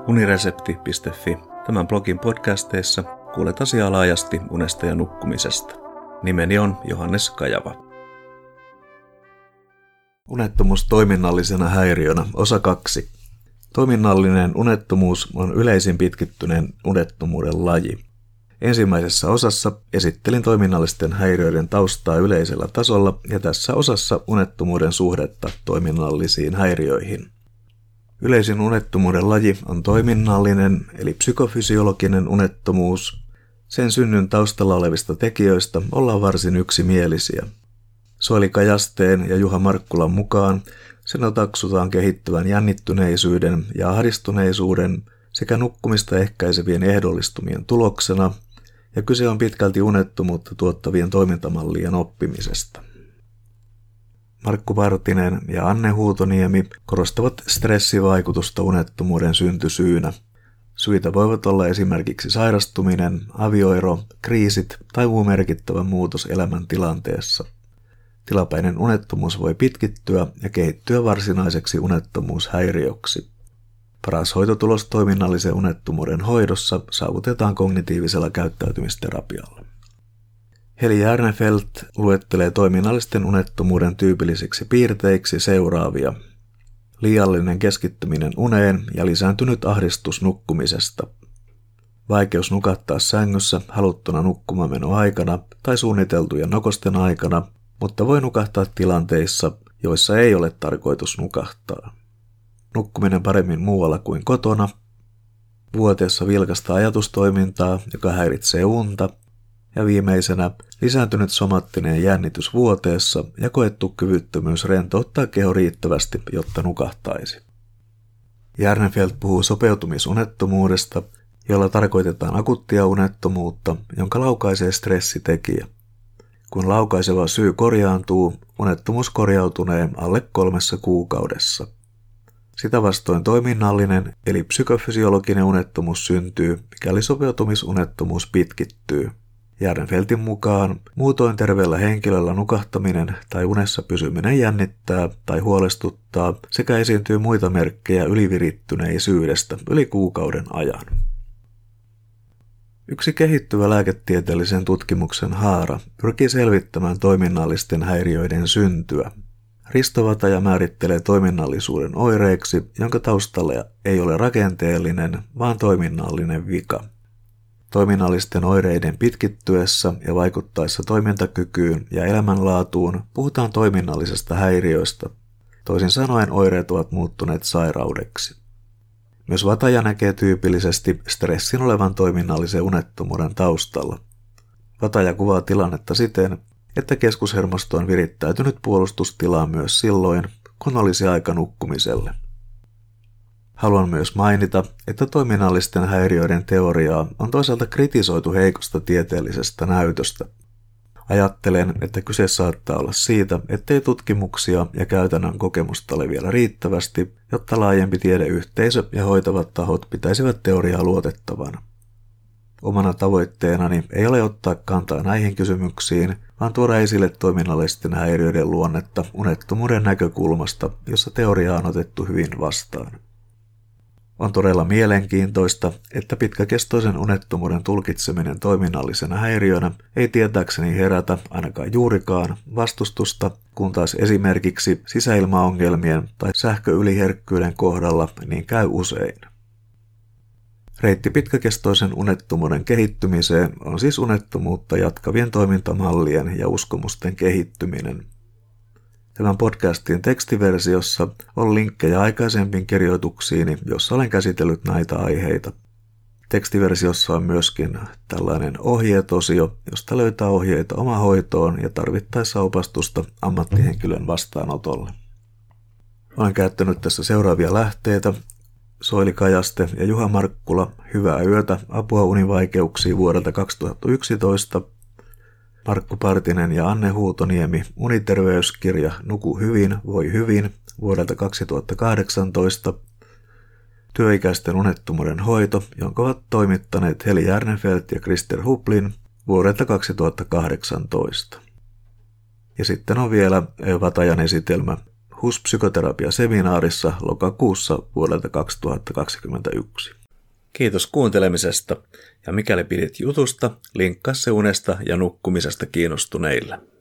Uniresepti.fi. Tämän blogin podcasteissa kuulet asiaa laajasti unesta ja nukkumisesta. Nimeni on Johannes Kajava. Unettomuus toiminnallisena häiriönä, osa 2. Toiminnallinen unettomuus on yleisin pitkittyneen unettomuuden laji. Ensimmäisessä osassa esittelin toiminnallisten häiriöiden taustaa yleisellä tasolla ja tässä osassa unettomuuden suhdetta toiminnallisiin häiriöihin. Yleisin unettomuuden laji on toiminnallinen eli psykofysiologinen unettomuus. Sen synnyn taustalla olevista tekijöistä ollaan varsin yksimielisiä. Soili Kajasteen ja Juha Markkulan mukaan sen otaksutaan kehittyvän jännittyneisyyden ja ahdistuneisuuden sekä nukkumista ehkäisevien ehdollistumien tuloksena, ja kyse on pitkälti unettomuutta tuottavien toimintamallien oppimisesta. Markku Partinen ja Anne Huutoniemi korostavat stressivaikutusta unettomuuden syntysyynä. Syitä voivat olla esimerkiksi sairastuminen, avioero, kriisit tai muu merkittävä muutos elämäntilanteessa. Tilapäinen unettomuus voi pitkittyä ja kehittyä varsinaiseksi unettomuushäiriöksi. Paras hoitotulos toiminnallisen unettomuuden hoidossa saavutetaan kognitiivisella käyttäytymisterapialla. Heli Järnefelt luettelee toiminnallisten unettomuuden tyypillisiksi piirteiksi seuraavia: liiallinen keskittyminen uneen ja lisääntynyt ahdistus nukkumisesta, vaikeus nukahtaa sängyssä haluttuna nukkumaanmenoaikana tai suunniteltujen nokosten aikana, mutta voi nukahtaa tilanteissa, joissa ei ole tarkoitus nukahtaa, nukkuminen paremmin muualla kuin kotona, vuoteessa vilkasta ajatustoimintaa, joka häiritsee unta, ja viimeisenä lisääntynyt somaattinen jännitys vuoteessa ja koettu kyvyttömyys rentouttaa keho riittävästi, jotta nukahtaisi. Järnefelt puhuu sopeutumisunettomuudesta, jolla tarkoitetaan akuuttia unettomuutta, jonka laukaisee stressitekijä. Kun laukaiseva syy korjaantuu, unettomuus korjautunee alle 3 kuukaudessa. Sitä vastoin toiminnallinen eli psykofysiologinen unettomuus syntyy, mikäli sopeutumisunettomuus pitkittyy. Järnfeltin mukaan muutoin terveellä henkilöllä nukahtaminen tai unessa pysyminen jännittää tai huolestuttaa sekä esiintyy muita merkkejä ylivirittyneisyydestä yli kuukauden ajan. Yksi kehittyvä lääketieteellisen tutkimuksen haara pyrkii selvittämään toiminnallisten häiriöiden syntyä. Risto Vataja määrittelee toiminnallisuuden oireeksi, jonka taustalla ei ole rakenteellinen, vaan toiminnallinen vika. Toiminnallisten oireiden pitkittyessä ja vaikuttaessa toimintakykyyn ja elämänlaatuun puhutaan toiminnallisesta häiriöistä. Toisin sanoen oireet ovat muuttuneet sairaudeksi. Myös Vataja näkee tyypillisesti stressin olevan toiminnallisen unettomuuden taustalla. Vataja kuvaa tilannetta siten, että keskushermosto on virittäytynyt puolustustilaan myös silloin, kun olisi aika nukkumiselle. Haluan myös mainita, että toiminnallisten häiriöiden teoriaa on toisaalta kritisoitu heikosta tieteellisestä näytöstä. Ajattelen, että kyse saattaa olla siitä, ettei tutkimuksia ja käytännön kokemusta ole vielä riittävästi, jotta laajempi tiedeyhteisö ja hoitavat tahot pitäisivät teoriaa luotettavana. Omana tavoitteenani ei ole ottaa kantaa näihin kysymyksiin, vaan tuoda esille toiminnallisten häiriöiden luonnetta unettomuuden näkökulmasta, jossa teoriaa on otettu hyvin vastaan. On todella mielenkiintoista, että pitkäkestoisen unettomuuden tulkitseminen toiminnallisena häiriönä ei tietääkseni herätä ainakaan juurikaan vastustusta, kun taas esimerkiksi sisäilmaongelmien tai sähköyliherkkyyden kohdalla niin käy usein. Reitti pitkäkestoisen unettomuuden kehittymiseen on siis unettomuutta jatkavien toimintamallien ja uskomusten kehittyminen. Tämän podcastin tekstiversiossa on linkkejä aikaisempiin kirjoituksiini, jossa olen käsitellyt näitä aiheita. Tekstiversiossa on myöskin tällainen ohjeet-osio, josta löytää ohjeita omahoitoon ja tarvittaessa opastusta ammattihenkilön vastaanotolle. Olen käyttänyt tässä seuraavia lähteitä: Soili Kajaste ja Juha Markkula, Hyvää yötä, apua univaikeuksiin vuodelta 2011, Markku Partinen ja Anne Huutoniemi, Uniterveyskirja Nuku hyvin, voi hyvin vuodelta 2018, Työikäisten unettomuuden hoito, jonka ovat toimittaneet Heli Järnefelt ja Krister Huplin vuodelta 2018. Ja sitten on vielä Vatajan esitelmä HUS-psykoterapiaseminaarissa lokakuussa vuodelta 2021. Kiitos kuuntelemisesta, ja mikäli pidit jutusta, linkkaa se unesta ja nukkumisesta kiinnostuneille.